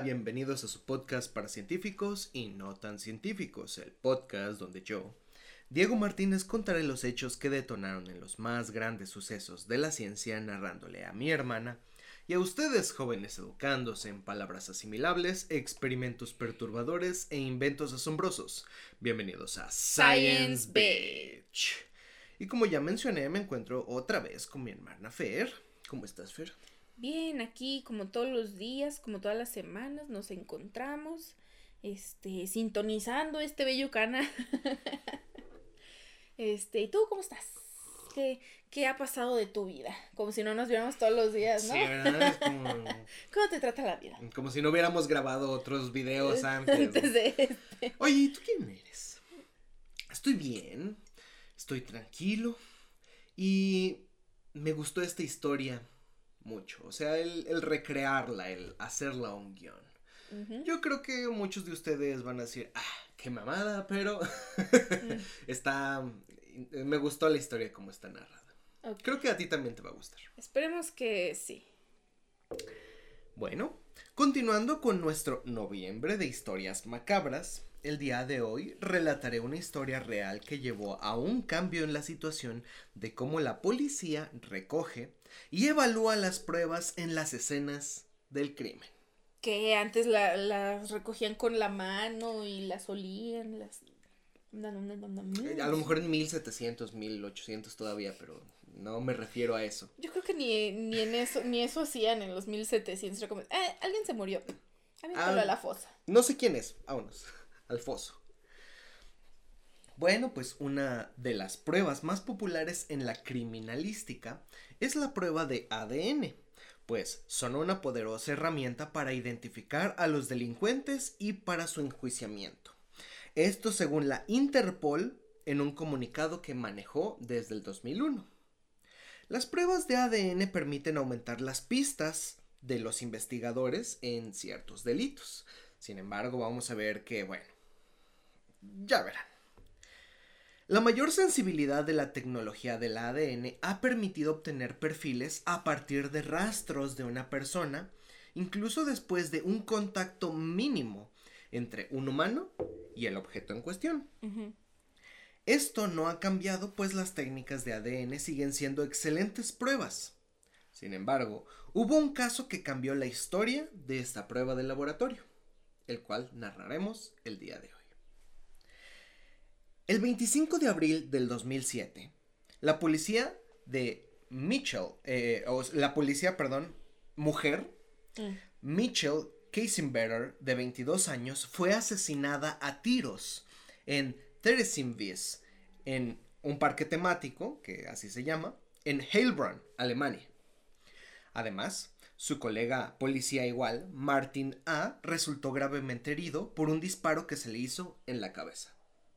bienvenidos a su podcast para científicos y no tan científicos, el podcast donde yo, Diego Martínez, contaré los hechos que detonaron en los más grandes sucesos de la ciencia, narrándole a mi hermana y a ustedes, jóvenes educándose en palabras asimilables, experimentos perturbadores e inventos asombrosos. Bienvenidos a Science Bitch. Y como ya mencioné, me encuentro otra vez con mi hermana Fer. ¿Cómo estás, Fer? Bien, aquí como todos los días, como todas las semanas, nos encontramos, sintonizando este bello canal. ¿Y tú cómo estás? ¿Qué ha pasado de tu vida? Como si no nos viéramos todos los días, ¿no? Sí, ¿verdad? Es como... ¿Cómo te trata la vida? Como si no hubiéramos grabado otros videos antes. Antes de este. Oye, ¿y tú quién eres? Estoy bien, estoy tranquilo y me gustó esta historia mucho. O sea, el recrearla, el hacerla un guión. Uh-huh. Yo creo que muchos de ustedes van a decir, qué mamada, pero me gustó la historia como está narrada. Okay. Creo que a ti también te va a gustar. Esperemos que sí. Bueno, continuando con nuestro noviembre de historias macabras, el día de hoy relataré una historia real que llevó a un cambio en la situación de cómo la policía recoge y evalúa las pruebas en las escenas del crimen. Que antes las recogían con la mano y las olían, A lo mejor en 1700, 1800 todavía, pero no me refiero a eso. Yo creo que ni eso hacían en los 1700. Era como, alguien se murió. Aviéntalo a la fosa. No sé quién es, vámonos, al foso. Bueno, pues una de las pruebas más populares en la criminalística es la prueba de ADN, pues son una poderosa herramienta para identificar a los delincuentes y para su enjuiciamiento. Esto según la Interpol en un comunicado que manejó desde el 2001. Las pruebas de ADN permiten aumentar las pistas de los investigadores en ciertos delitos. Sin embargo, vamos a ver que, bueno, ya verán. La mayor sensibilidad de la tecnología del ADN ha permitido obtener perfiles a partir de rastros de una persona, incluso después de un contacto mínimo entre un humano y el objeto en cuestión. Uh-huh. Esto no ha cambiado, pues las técnicas de ADN siguen siendo excelentes pruebas. Sin embargo, hubo un caso que cambió la historia de esta prueba de laboratorio, el cual narraremos el día de hoy. El 25 de abril del 2007, la policía de mujer, Mitchell Keisenberger, de 22 años, fue asesinada a tiros en Theresienwiese, en un parque temático, que así se llama, en Heilbronn, Alemania. Además, su colega policía igual, Martin A., resultó gravemente herido por un disparo que se le hizo en la cabeza.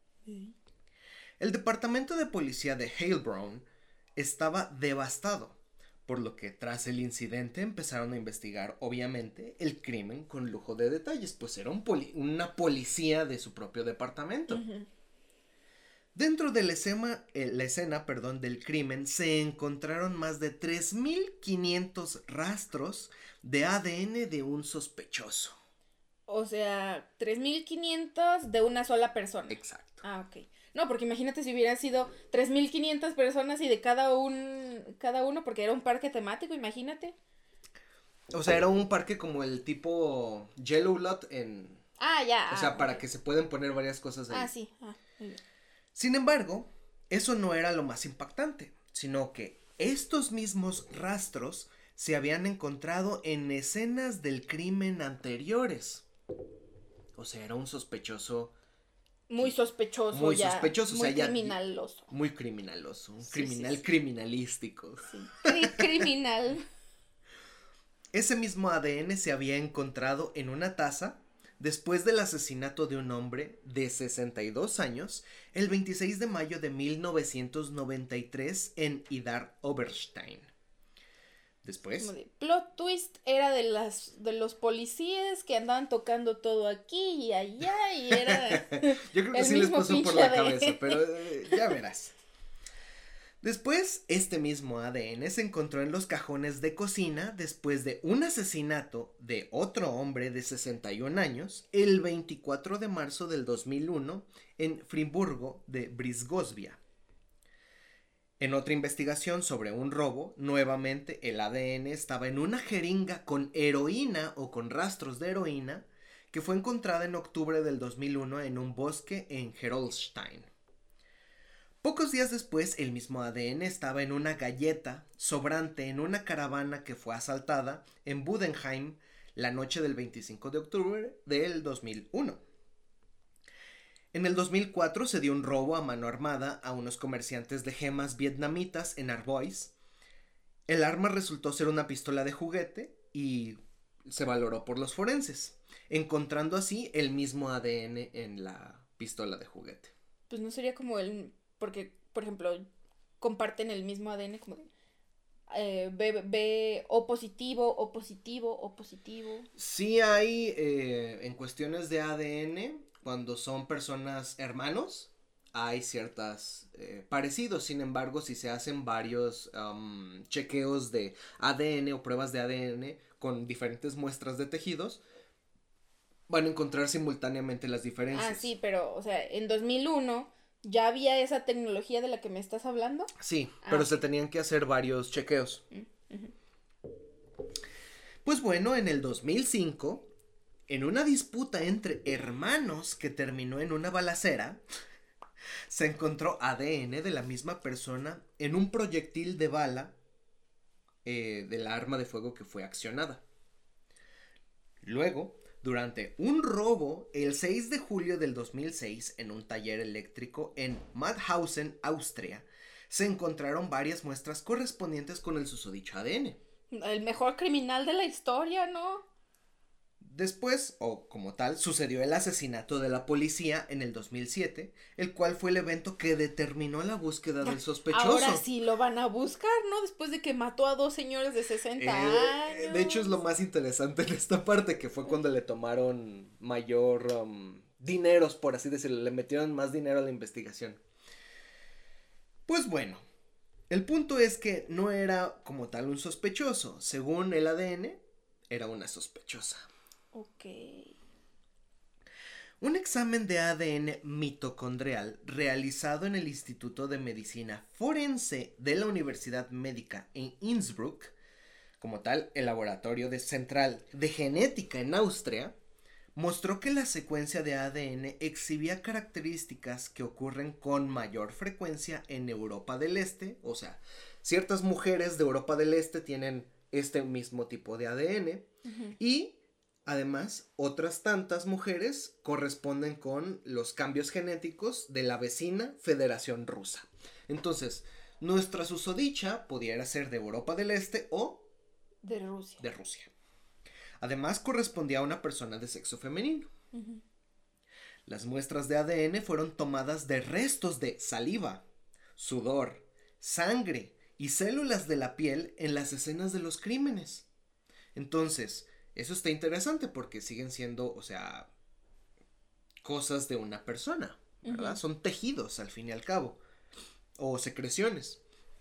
El departamento de policía de Heilbronn estaba devastado, por lo que tras el incidente empezaron a investigar, obviamente, el crimen con lujo de detalles, pues era una policía de su propio departamento. Uh-huh. Dentro de la escena del crimen se encontraron más de 3,500 rastros de ADN de un sospechoso. O sea, 3,500 de una sola persona. Exacto. Ok. No, porque imagínate si hubieran sido 3,500 personas y de cada uno, porque era un parque temático, imagínate. O sea, era un parque como el tipo Yellow Lot en... ya. O sea, para que se pueden poner varias cosas ahí. Sí. Muy bien. Sin embargo, eso no era lo más impactante, sino que estos mismos rastros se habían encontrado en escenas del crimen anteriores. O sea, era un sospechoso... Muy sospechoso. Muy ya, sospechoso. Muy o sea, criminaloso. Muy criminaloso. Un Sí, criminal sí. criminalístico. Sí. Criminal. Ese mismo ADN se había encontrado en una taza después del asesinato de un hombre de 62 años el 26 de mayo de 1993 en Idar Oberstein. Después... Como de plot twist, era de los policías que andaban tocando todo aquí y allá y era... Yo creo que sí les pasó por la cabeza, pero ya verás. Después, este mismo ADN se encontró en los cajones de cocina después de un asesinato de otro hombre de 61 años el 24 de marzo del 2001 en Friburgo de Brisgovia. En otra investigación sobre un robo, nuevamente el ADN estaba en una jeringa con heroína o con rastros de heroína que fue encontrada en octubre del 2001 en un bosque en Gerolstein. Pocos días después, el mismo ADN estaba en una galleta sobrante en una caravana que fue asaltada en Budenheim la noche del 25 de octubre del 2001. En el 2004 se dio un robo a mano armada a unos comerciantes de gemas vietnamitas en Arbois. El arma resultó ser una pistola de juguete y se valoró por los forenses, encontrando así el mismo ADN en la pistola de juguete. Pues no sería como porque, por ejemplo, comparten el mismo ADN como B O positivo, O positivo, O positivo. Sí hay en cuestiones de ADN, cuando son personas hermanos, hay ciertos parecidos. Sin embargo, si se hacen varios chequeos de ADN o pruebas de ADN con diferentes muestras de tejidos, van a encontrar simultáneamente las diferencias. Ah, sí, pero, o sea, en 2001 ya había esa tecnología de la que me estás hablando. Sí, pero se tenían que hacer varios chequeos. Pues bueno, en el 2005, en una disputa entre hermanos que terminó en una balacera, se encontró ADN de la misma persona en un proyectil de bala de la arma de fuego que fue accionada. Luego, durante un robo el 6 de julio del 2006 en un taller eléctrico en Mauthausen, Austria, se encontraron varias muestras correspondientes con el susodicho ADN. El mejor criminal de la historia, ¿no? Después, o como tal, sucedió el asesinato de la policía en el 2007, el cual fue el evento que determinó la búsqueda del sospechoso. Ahora sí lo van a buscar, ¿no? Después de que mató a 2 señores de 60 años. De hecho, es lo más interesante en esta parte, que fue cuando le tomaron mayor dineros, por así decirlo, le metieron más dinero a la investigación. Pues bueno, el punto es que no era como tal un sospechoso. Según el ADN, era una sospechosa. Ok. Un examen de ADN mitocondrial realizado en el Instituto de Medicina Forense de la Universidad Médica en Innsbruck, como tal, el laboratorio central de genética en Austria, mostró que la secuencia de ADN exhibía características que ocurren con mayor frecuencia en Europa del Este, o sea, ciertas mujeres de Europa del Este tienen este mismo tipo de ADN, y además, otras tantas mujeres corresponden con los cambios genéticos de la vecina Federación Rusa. Entonces, nuestra susodicha pudiera ser de Europa del Este o de Rusia. Además, correspondía a una persona de sexo femenino. Las muestras de ADN fueron tomadas de restos de saliva, sudor, sangre y células de la piel en las escenas de los crímenes. Entonces, eso está interesante porque siguen siendo, o sea, cosas de una persona, ¿verdad? Son tejidos al fin y al cabo, o secreciones.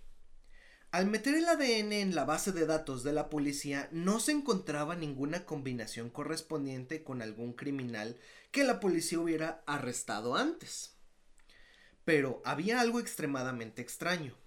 Al meter el ADN en la base de datos de la policía, no se encontraba ninguna combinación correspondiente con algún criminal que la policía hubiera arrestado antes. Pero había algo extremadamente extraño.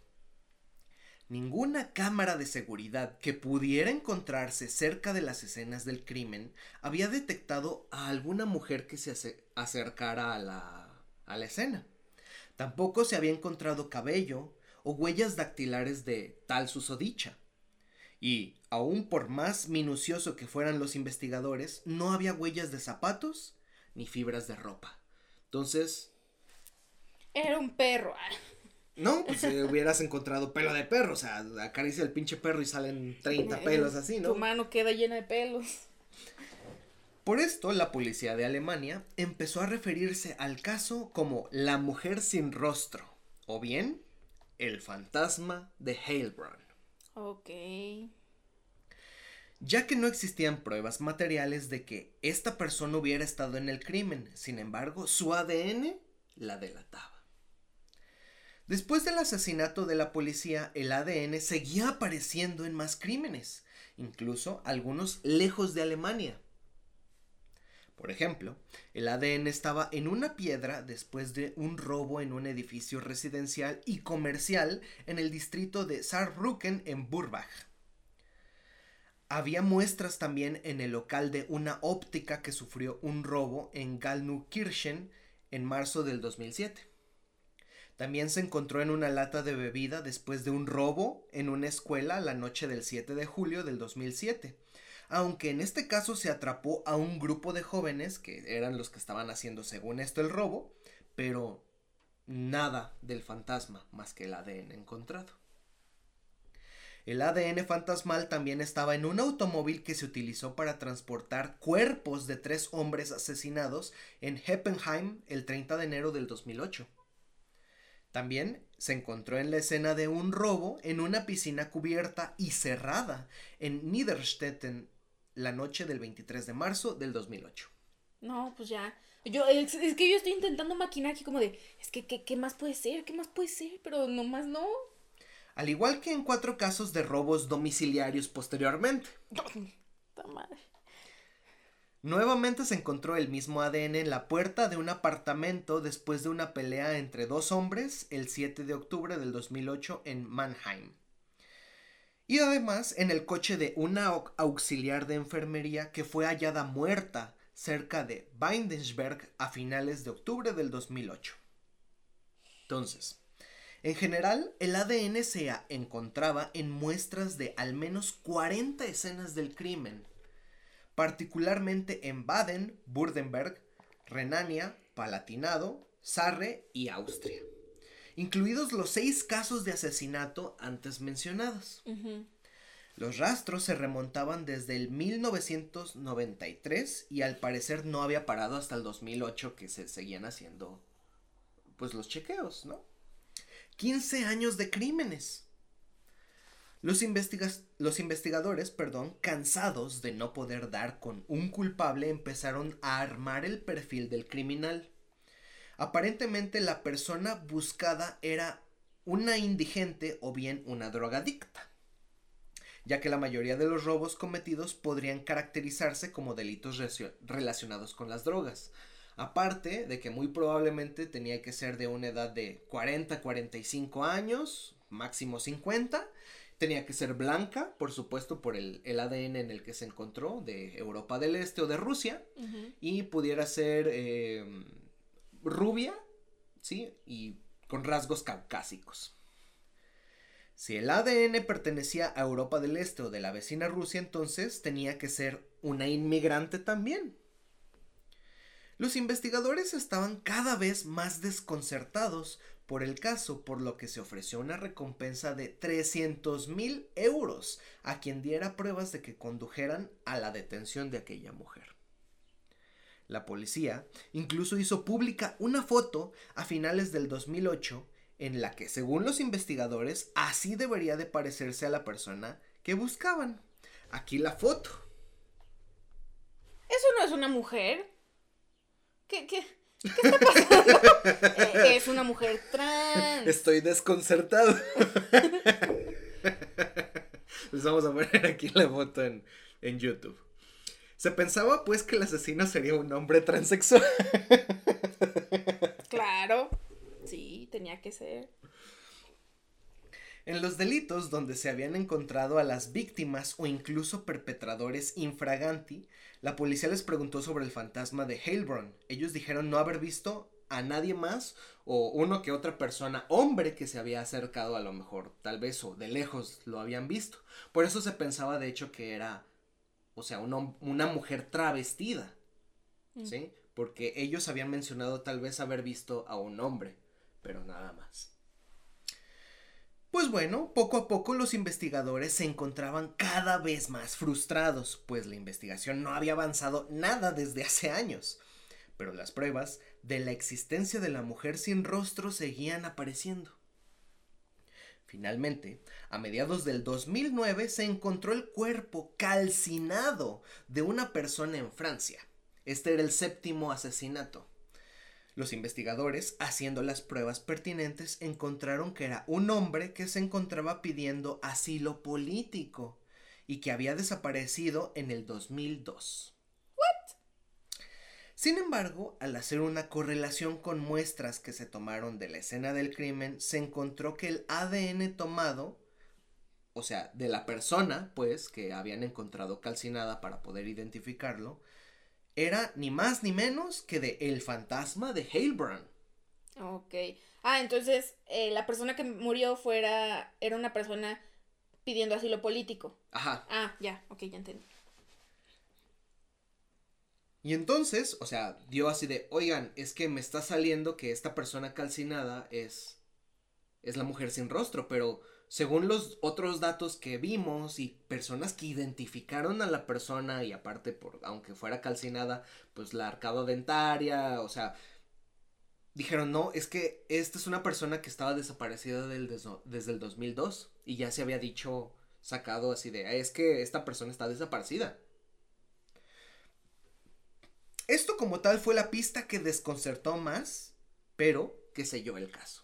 Ninguna cámara de seguridad que pudiera encontrarse cerca de las escenas del crimen había detectado a alguna mujer que se acercara a la escena. Tampoco se había encontrado cabello o huellas dactilares de tal susodicha. Y, aun por más minucioso que fueran los investigadores, no había huellas de zapatos ni fibras de ropa. Entonces... Era un perro. No, pues hubieras encontrado pelo de perro, o sea, acaricia el pinche perro y salen 30 pelos así, ¿no? Tu mano queda llena de pelos. Por esto, la policía de Alemania empezó a referirse al caso como la mujer sin rostro, o bien, el fantasma de Heilbronn. Ok. Ya que no existían pruebas materiales de que esta persona hubiera estado en el crimen, sin embargo, su ADN la delataba. Después del asesinato de la policía, el ADN seguía apareciendo en más crímenes, incluso algunos lejos de Alemania. Por ejemplo, el ADN estaba en una piedra después de un robo en un edificio residencial y comercial en el distrito de Saarbrücken en Burbach. Había muestras también en el local de una óptica que sufrió un robo en Gallneukirchen en marzo del 2007. También se encontró en una lata de bebida después de un robo en una escuela la noche del 7 de julio del 2007. Aunque en este caso se atrapó a un grupo de jóvenes que eran los que estaban haciendo según esto el robo, pero nada del fantasma más que el ADN encontrado. El ADN fantasmal también estaba en un automóvil que se utilizó para transportar cuerpos de 3 hombres asesinados en Heppenheim el 30 de enero del 2008. También se encontró en la escena de un robo en una piscina cubierta y cerrada en Niederstetten la noche del 23 de marzo del 2008. No, pues ya. Es que yo estoy intentando maquinar aquí como de, es que, ¿qué más puede ser? ¿Qué más puede ser? Pero nomás no. Al igual que en 4 casos de robos domiciliarios posteriormente. ¡Ta madre! Nuevamente se encontró el mismo ADN en la puerta de un apartamento después de una pelea entre 2 hombres el 7 de octubre del 2008 en Mannheim. Y además en el coche de una auxiliar de enfermería que fue hallada muerta cerca de Windesberg a finales de octubre del 2008. Entonces, en general, el ADN se encontraba en muestras de al menos 40 escenas del crimen, particularmente en Baden, Württemberg, Renania, Palatinado, Sarre y Austria, incluidos los 6 casos de asesinato antes mencionados. Uh-huh. Los rastros se remontaban desde el 1993 y al parecer no había parado hasta el 2008 que se seguían haciendo pues los chequeos, ¿no? 15 años de crímenes. Los investigadores, cansados de no poder dar con un culpable, empezaron a armar el perfil del criminal. Aparentemente la persona buscada era una indigente o bien una drogadicta, ya que la mayoría de los robos cometidos podrían caracterizarse como delitos relacionados con las drogas. Aparte de que muy probablemente tenía que ser de una edad de 40 a 45 años, máximo 50. Tenía que ser blanca, por supuesto, por el ADN en el que se encontró, de Europa del Este o de Rusia. Uh-huh. Y pudiera ser rubia, ¿sí? Y con rasgos caucásicos. Si el ADN pertenecía a Europa del Este o de la vecina Rusia, entonces tenía que ser una inmigrante también. Los investigadores estaban cada vez más desconcertados por el caso, por lo que se ofreció una recompensa de 300,000 euros a quien diera pruebas de que condujeran a la detención de aquella mujer. La policía incluso hizo pública una foto a finales del 2008 en la que, según los investigadores, así debería de parecerse a la persona que buscaban. Aquí la foto. ¿Eso no es una mujer? ¿Qué está pasando? Es una mujer trans. Estoy desconcertado. Les vamos a poner aquí la foto en YouTube. Se pensaba pues que el asesino sería un hombre transexual. Claro, sí, tenía que ser. En los delitos donde se habían encontrado a las víctimas o incluso perpetradores infraganti, la policía les preguntó sobre el fantasma de Heilbronn. Ellos dijeron no haber visto a nadie más o uno que otra persona, hombre, que se había acercado a lo mejor, tal vez, o de lejos lo habían visto. Por eso se pensaba de hecho que era, o sea, una mujer travestida, ¿sí? Porque ellos habían mencionado tal vez haber visto a un hombre, pero nada más. Pues bueno, poco a poco los investigadores se encontraban cada vez más frustrados, pues la investigación no había avanzado nada desde hace años. Pero las pruebas de la existencia de la mujer sin rostro seguían apareciendo. Finalmente, a mediados del 2009 se encontró el cuerpo calcinado de una persona en Francia. Este era el 7º asesinato. Los investigadores, haciendo las pruebas pertinentes, encontraron que era un hombre que se encontraba pidiendo asilo político y que había desaparecido en el 2002. Sin embargo, al hacer una correlación con muestras que se tomaron de la escena del crimen, se encontró que el ADN tomado, o sea, de la persona, pues, que habían encontrado calcinada para poder identificarlo, era ni más ni menos que de el fantasma de Heilbronn. Ok. Entonces la persona que murió era una persona pidiendo asilo político. Ajá. Ya, ok, ya entendí. Y entonces, o sea, dio así de, oigan, es que me está saliendo que esta persona calcinada es la mujer sin rostro, pero según los otros datos que vimos y personas que identificaron a la persona y aparte, aunque fuera calcinada, pues la arcada dentaria, o sea, dijeron, no, es que esta es una persona que estaba desaparecida desde el 2002 y ya se había dicho, sacado así de, es que esta persona está desaparecida. Esto como tal fue la pista que desconcertó más, pero que selló el caso.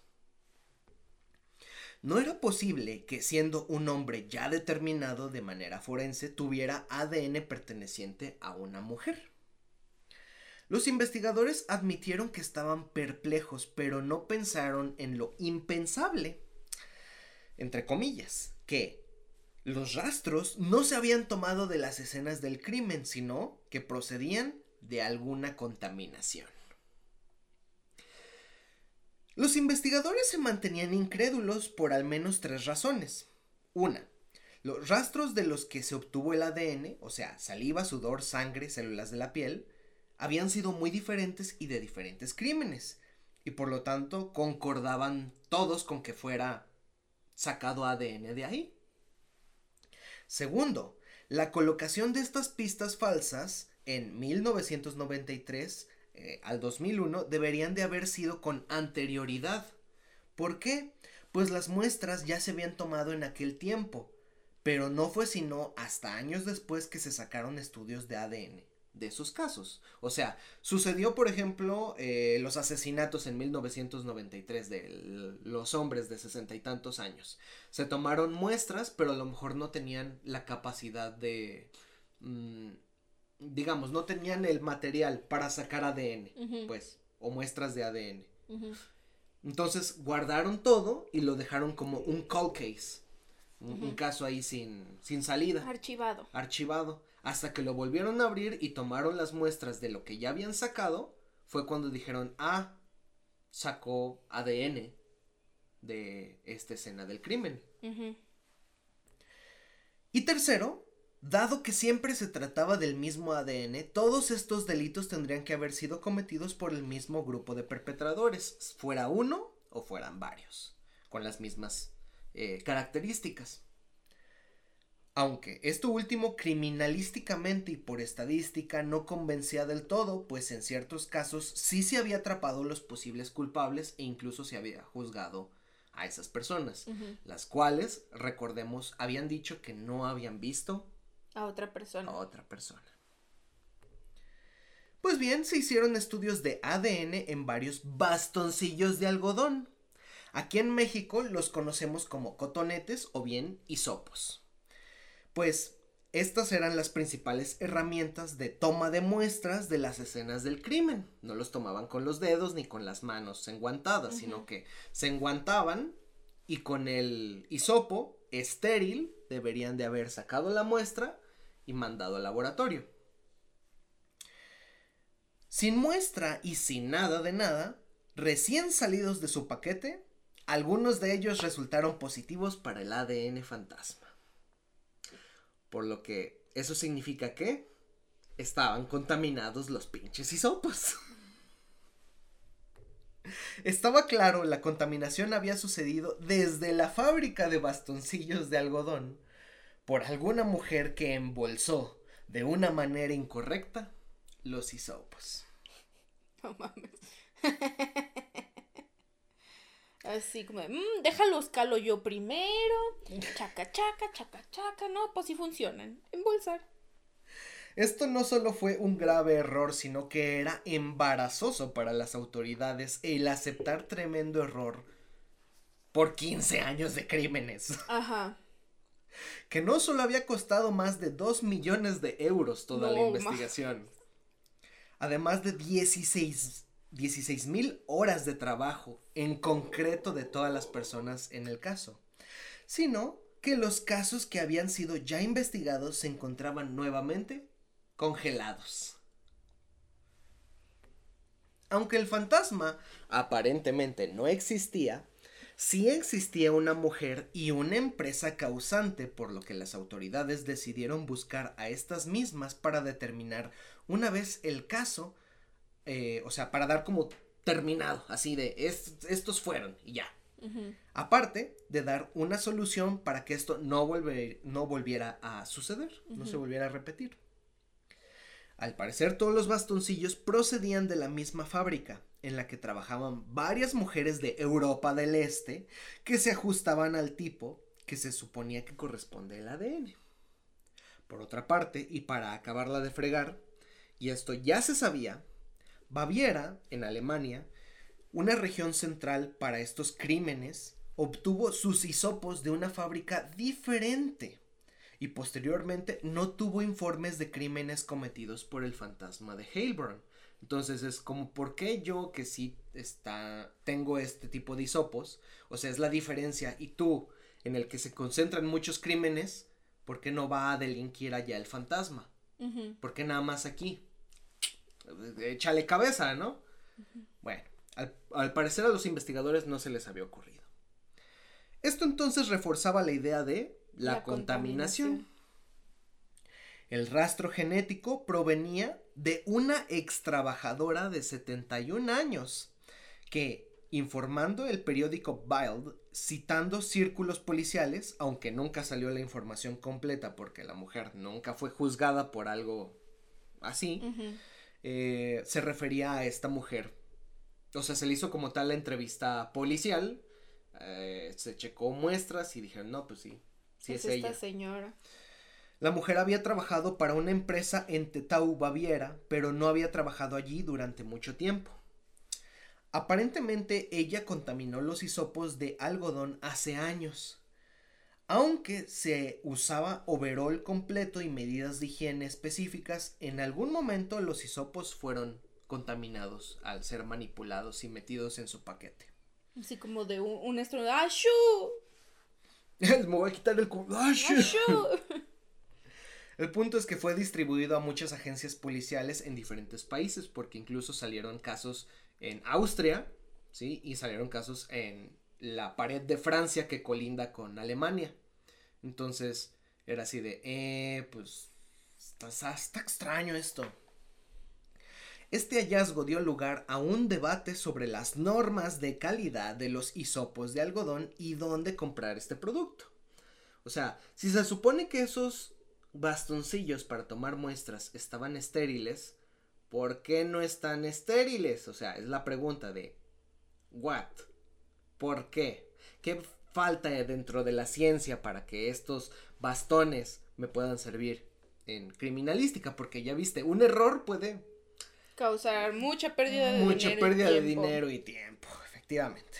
No era posible que siendo un hombre ya determinado de manera forense tuviera ADN perteneciente a una mujer. Los investigadores admitieron que estaban perplejos, pero no pensaron en lo impensable, entre comillas, que los rastros no se habían tomado de las escenas del crimen, sino que procedían de alguna contaminación. Los investigadores se mantenían incrédulos por al menos 3 razones. Una, los rastros de los que se obtuvo el ADN, o sea, saliva, sudor, sangre, células de la piel, habían sido muy diferentes y de diferentes crímenes, y por lo tanto concordaban todos con que fuera sacado ADN de ahí. Segundo, la colocación de estas pistas falsas en 1993 al 2001 deberían de haber sido con anterioridad. ¿Por qué? Pues las muestras ya se habían tomado en aquel tiempo, pero no fue sino hasta años después que se sacaron estudios de ADN de esos casos. O sea, sucedió por ejemplo los asesinatos en 1993 de los hombres de 60 y tantos años. Se tomaron muestras, pero a lo mejor no tenían la capacidad de... digamos, no tenían el material para sacar ADN, pues, o muestras de ADN. Entonces guardaron todo y lo dejaron como un cold case, un caso ahí sin salida. Archivado. Hasta que lo volvieron a abrir y tomaron las muestras de lo que ya habían sacado, fue cuando dijeron, sacó ADN de esta escena del crimen. Y tercero, dado que siempre se trataba del mismo ADN, todos estos delitos tendrían que haber sido cometidos por el mismo grupo de perpetradores, fuera uno o fueran varios, con las mismas características. Aunque esto último criminalísticamente y por estadística no convencía del todo, pues en ciertos casos sí se había atrapado los posibles culpables e incluso se había juzgado a esas personas, las cuales, recordemos, habían dicho que no habían visto a otra persona. Pues bien, se hicieron estudios de ADN en varios bastoncillos de algodón. Aquí en México los conocemos como cotonetes o bien hisopos. Pues estas eran las principales herramientas de toma de muestras de las escenas del crimen. No los tomaban con los dedos ni con las manos enguantadas, sino que se enguantaban y con el hisopo estéril deberían de haber sacado la muestra y mandado al laboratorio. Sin muestra y sin nada de nada, recién salidos de su paquete, algunos de ellos resultaron positivos para el ADN fantasma. Por lo que eso significa que estaban contaminados los pinches hisopos. Estaba claro, la contaminación había sucedido desde la fábrica de bastoncillos de algodón por alguna mujer que embolsó de una manera incorrecta los hisopos. No mames. Así como, déjalos calo yo primero, chaca, chaca, chaca, chaca, no, pues sí funcionan, embolsar. Esto no solo fue un grave error, sino que era embarazoso para las autoridades el aceptar tremendo error por 15 años de crímenes. Ajá. Que no solo había costado más de 2 millones de euros toda la investigación. Además de 16,000 horas de trabajo en concreto de todas las personas en el caso. Sino que los casos que habían sido ya investigados se encontraban nuevamente congelados. Aunque el fantasma aparentemente no existía, sí existía una mujer y una empresa causante, por lo que las autoridades decidieron buscar a estas mismas para determinar una vez el caso, o sea, para dar como terminado, así de estos fueron y ya. Uh-huh. Aparte de dar una solución para que esto no volviera a suceder, no se volviera a repetir. Al parecer todos los bastoncillos procedían de la misma fábrica, en la que trabajaban varias mujeres de Europa del Este que se ajustaban al tipo que se suponía que corresponde al ADN. Por otra parte, y para acabarla de fregar, y esto ya se sabía, Baviera, en Alemania, una región central para estos crímenes, obtuvo sus hisopos de una fábrica diferente y posteriormente no tuvo informes de crímenes cometidos por el fantasma de Heilbronn. Entonces es como, ¿por qué yo que sí tengo este tipo de hisopos? O sea, es la diferencia. Y tú, en el que se concentran muchos crímenes, ¿por qué no va a delinquir allá el fantasma? Uh-huh. ¿Por qué nada más aquí? Échale cabeza, ¿no? Uh-huh. Bueno, al parecer a los investigadores no se les había ocurrido. Esto entonces reforzaba la idea de la contaminación. El rastro genético provenía de una ex trabajadora de 71 años que, informando el periódico Bild, citando círculos policiales, aunque nunca salió la información completa porque la mujer nunca fue juzgada por algo así, uh-huh. Se refería a esta mujer. O sea, se le hizo como tal la entrevista policial, se checó muestras y dijeron, no, pues sí, sí es ella. Esta señora. La mujer había trabajado para una empresa en Tettau, Baviera, pero no había trabajado allí durante mucho tiempo. Aparentemente ella contaminó los hisopos de algodón hace años. Aunque se usaba overol completo y medidas de higiene específicas, en algún momento los hisopos fueron contaminados al ser manipulados y metidos en su paquete. Así como de un estruendo. ¡Ashu! Me voy a quitar el culo. ¡Ashu! El punto es que fue distribuido a muchas agencias policiales en diferentes países, porque incluso salieron casos en Austria, ¿sí? Y salieron casos en la pared de Francia que colinda con Alemania. Entonces era así de, pues está extraño esto. Este hallazgo dio lugar a un debate sobre las normas de calidad de los hisopos de algodón y dónde comprar este producto. O sea, si se supone que esos bastoncillos para tomar muestras estaban estériles, ¿por qué no están estériles? O sea, es la pregunta de ¿what? ¿Por qué? ¿Qué falta dentro de la ciencia para que estos bastones me puedan servir en criminalística? Porque ya viste, un error puede causar mucha pérdida de dinero y tiempo, efectivamente.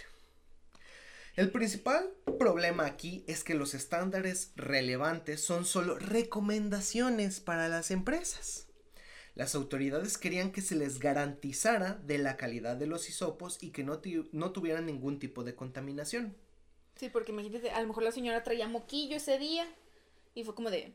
El principal problema aquí es que los estándares relevantes son solo recomendaciones para las empresas. Las autoridades querían que se les garantizara de la calidad de los hisopos y que no tuvieran ningún tipo de contaminación. Sí, porque imagínate, a lo mejor la señora traía moquillo ese día y fue como de...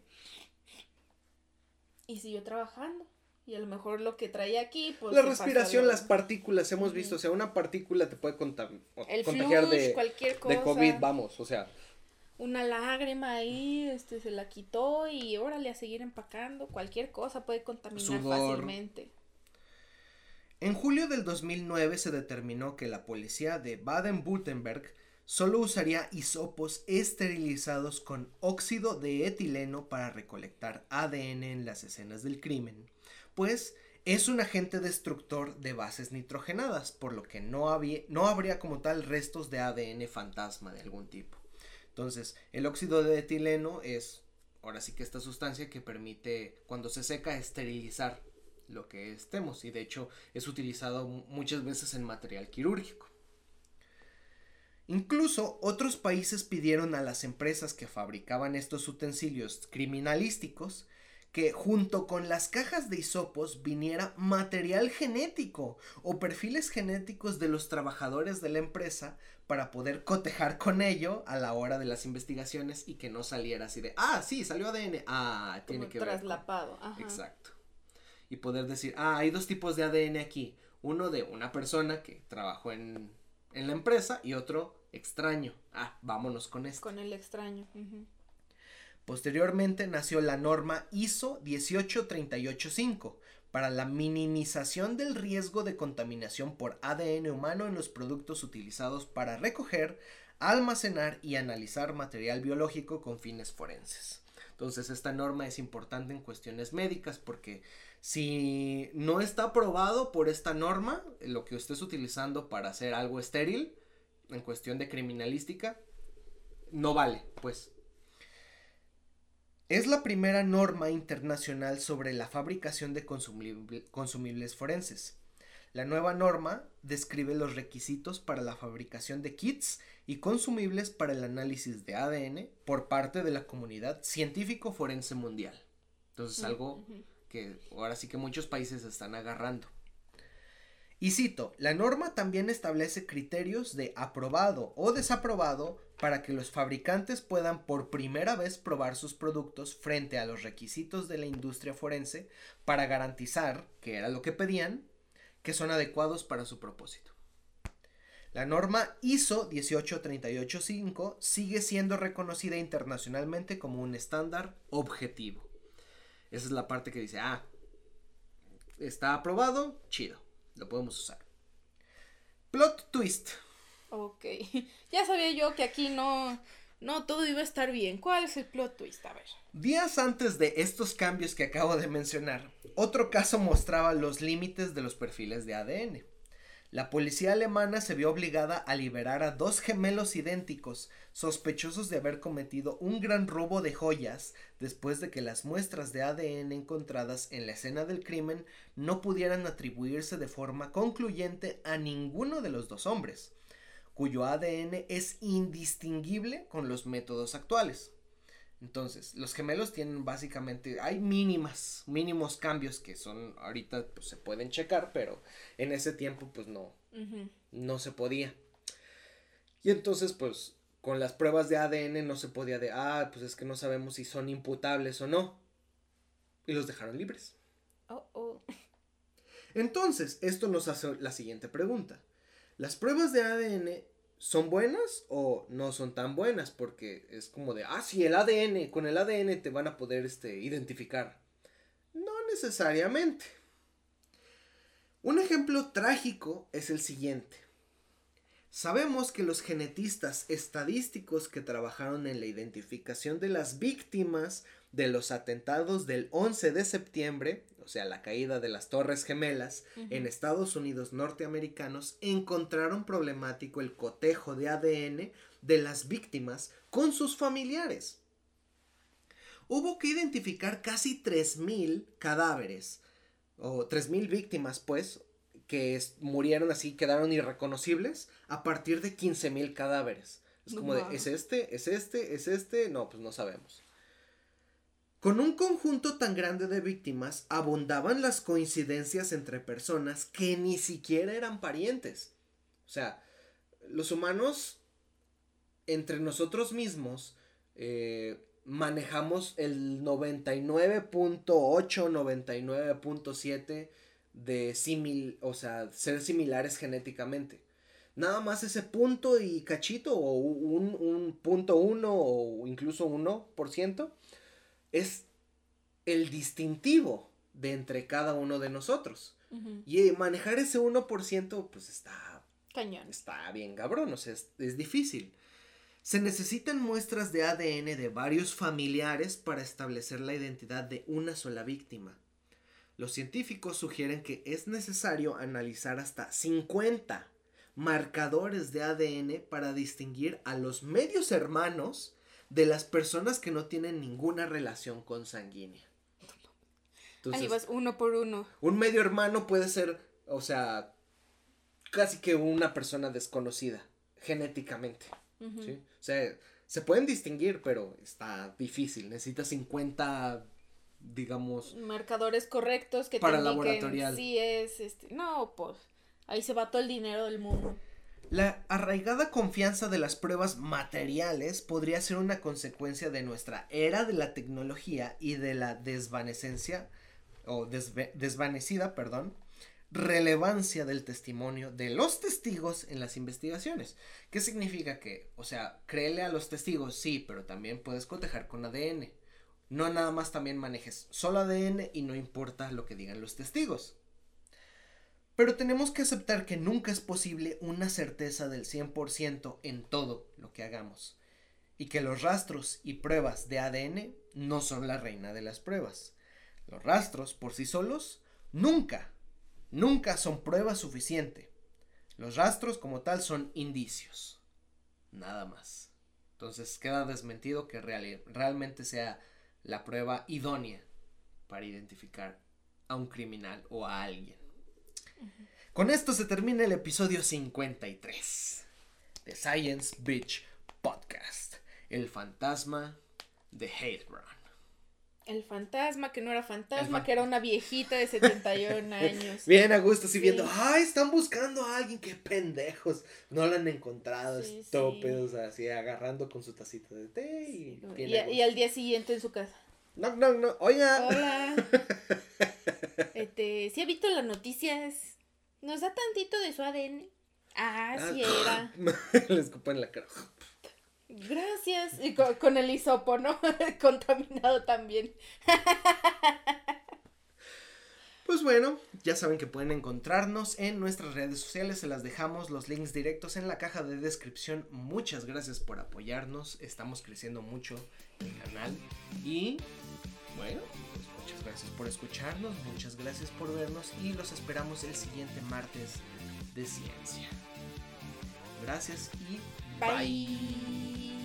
y siguió trabajando. Y a lo mejor lo que traía aquí, pues... La respiración, las partículas, hemos visto, o sea, una partícula te puede contagiar cualquier cosa, de COVID, vamos, o sea. Una lágrima ahí, se la quitó y órale a seguir empacando, cualquier cosa puede contaminar fácilmente. En julio del 2009 se determinó que la policía de Baden-Württemberg solo usaría hisopos esterilizados con óxido de etileno para recolectar ADN en las escenas del crimen. Pues es un agente destructor de bases nitrogenadas, por lo que no habría como tal restos de ADN fantasma de algún tipo. Entonces, el óxido de etileno es ahora sí que esta sustancia que permite, cuando se seca, esterilizar lo que estemos, y de hecho es utilizado muchas veces en material quirúrgico. Incluso otros países pidieron a las empresas que fabricaban estos utensilios criminalísticos que junto con las cajas de hisopos viniera material genético o perfiles genéticos de los trabajadores de la empresa para poder cotejar con ello a la hora de las investigaciones y que no saliera así de, sí, salió ADN, tiene que ver traslapado. Ajá. Exacto. Y poder decir, hay dos tipos de ADN aquí, uno de una persona que trabajó en la empresa y otro extraño. Vámonos con este. Con el extraño. Uh-huh. Posteriormente nació la norma ISO 18385 para la minimización del riesgo de contaminación por ADN humano en los productos utilizados para recoger, almacenar y analizar material biológico con fines forenses. Entonces esta norma es importante en cuestiones médicas porque si no está aprobado por esta norma, lo que estés utilizando para hacer algo estéril, en cuestión de criminalística, no vale, pues. Es la primera norma internacional sobre la fabricación de consumibles forenses. La nueva norma describe los requisitos para la fabricación de kits y consumibles para el análisis de ADN por parte de la comunidad científico-forense mundial. Entonces, algo que ahora sí que muchos países están agarrando. Y cito, la norma también establece criterios de aprobado o desaprobado para que los fabricantes puedan por primera vez probar sus productos frente a los requisitos de la industria forense para garantizar, que era lo que pedían, que son adecuados para su propósito. La norma ISO 18385 sigue siendo reconocida internacionalmente como un estándar objetivo. Esa es la parte que dice, está aprobado, chido. Lo podemos usar. Plot twist. Ok. Ya sabía yo que aquí no todo iba a estar bien. ¿Cuál es el plot twist? A ver. Días antes de estos cambios que acabo de mencionar, otro caso mostraba los límites de los perfiles de ADN. La policía alemana se vio obligada a liberar a 2 gemelos idénticos, sospechosos de haber cometido un gran robo de joyas, después de que las muestras de ADN encontradas en la escena del crimen no pudieran atribuirse de forma concluyente a ninguno de los 2 hombres, cuyo ADN es indistinguible con los métodos actuales. Entonces, los gemelos tienen básicamente, hay mínimos cambios que son, ahorita pues se pueden checar, pero en ese tiempo pues no se podía. Y entonces pues con las pruebas de ADN no se podía pues es que no sabemos si son imputables o no. Y los dejaron libres. Entonces, esto nos hace la siguiente pregunta. ¿Las pruebas de ADN son buenas o no son tan buenas? Porque es como de, sí, con el ADN te van a poder identificar. No necesariamente. Un ejemplo trágico es el siguiente. Sabemos que los genetistas estadísticos que trabajaron en la identificación de las víctimas de los atentados del 11 de septiembre, o sea, la caída de las Torres Gemelas, en Estados Unidos norteamericanos, encontraron problemático el cotejo de ADN de las víctimas con sus familiares. Hubo que identificar casi 3,000 cadáveres, o 3,000 víctimas, pues, que murieron así, quedaron irreconocibles, a partir de 15,000 cadáveres. Es como de, ¿es este? No, pues no sabemos. Con un conjunto tan grande de víctimas, abundaban las coincidencias entre personas que ni siquiera eran parientes. O sea, los humanos, entre nosotros mismos, manejamos el 99.8, 99.7 de ser similares genéticamente. Nada más ese punto y cachito, o un punto 1 o incluso 1%, es el distintivo de entre cada uno de nosotros. Y manejar ese 1%, pues está cañón. Está bien cabrón, o sea, es difícil. Se necesitan muestras de ADN de varios familiares para establecer la identidad de una sola víctima. Los científicos sugieren que es necesario analizar hasta 50 marcadores de ADN para distinguir a los medios hermanos de las personas que no tienen ninguna relación consanguínea. Entonces, ahí vas uno por uno. Un medio hermano puede ser, o sea, casi que una persona desconocida genéticamente. Uh-huh. ¿Sí? O sea, se pueden distinguir, pero está difícil. Necesitas 50, digamos, marcadores correctos que para te indiquen laboratorial. Sí es, no, pues ahí se va todo el dinero del mundo. La arraigada confianza de las pruebas materiales podría ser una consecuencia de nuestra era de la tecnología y de la desvanecida, relevancia del testimonio de los testigos en las investigaciones. ¿Qué significa que, o sea, créele a los testigos? Sí, pero también puedes cotejar con ADN. No nada más también manejes solo ADN y no importa lo que digan los testigos. Pero tenemos que aceptar que nunca es posible una certeza del 100% en todo lo que hagamos. Y que los rastros y pruebas de ADN no son la reina de las pruebas. Los rastros por sí solos nunca son prueba suficiente. Los rastros como tal son indicios. Nada más. Entonces queda desmentido que realmente sea la prueba idónea para identificar a un criminal o a alguien. Uh-huh. Con esto se termina el episodio 53 de Science Beach Podcast. El fantasma de Heilbronn. El fantasma que no era fantasma, que era una viejita de 71 años. Bien a gusto, así viendo, ¡ay, están buscando a alguien! ¡Qué pendejos! No lo han encontrado, estúpidos, así agarrando con su tacita de té y al día siguiente en su casa. No, oiga. Hola. ¿Sí ha visto las noticias? ¿Nos da tantito de su ADN? Sí era. Le escupo en la cara. Gracias. Y con el hisopo, ¿no? Contaminado también. Pues bueno, ya saben que pueden encontrarnos en nuestras redes sociales. Se las dejamos los links directos en la caja de descripción. Muchas gracias por apoyarnos. Estamos creciendo mucho el canal. Y bueno, pues muchas gracias por escucharnos. Muchas gracias por vernos. Y los esperamos el siguiente martes de ciencia. Gracias y bye.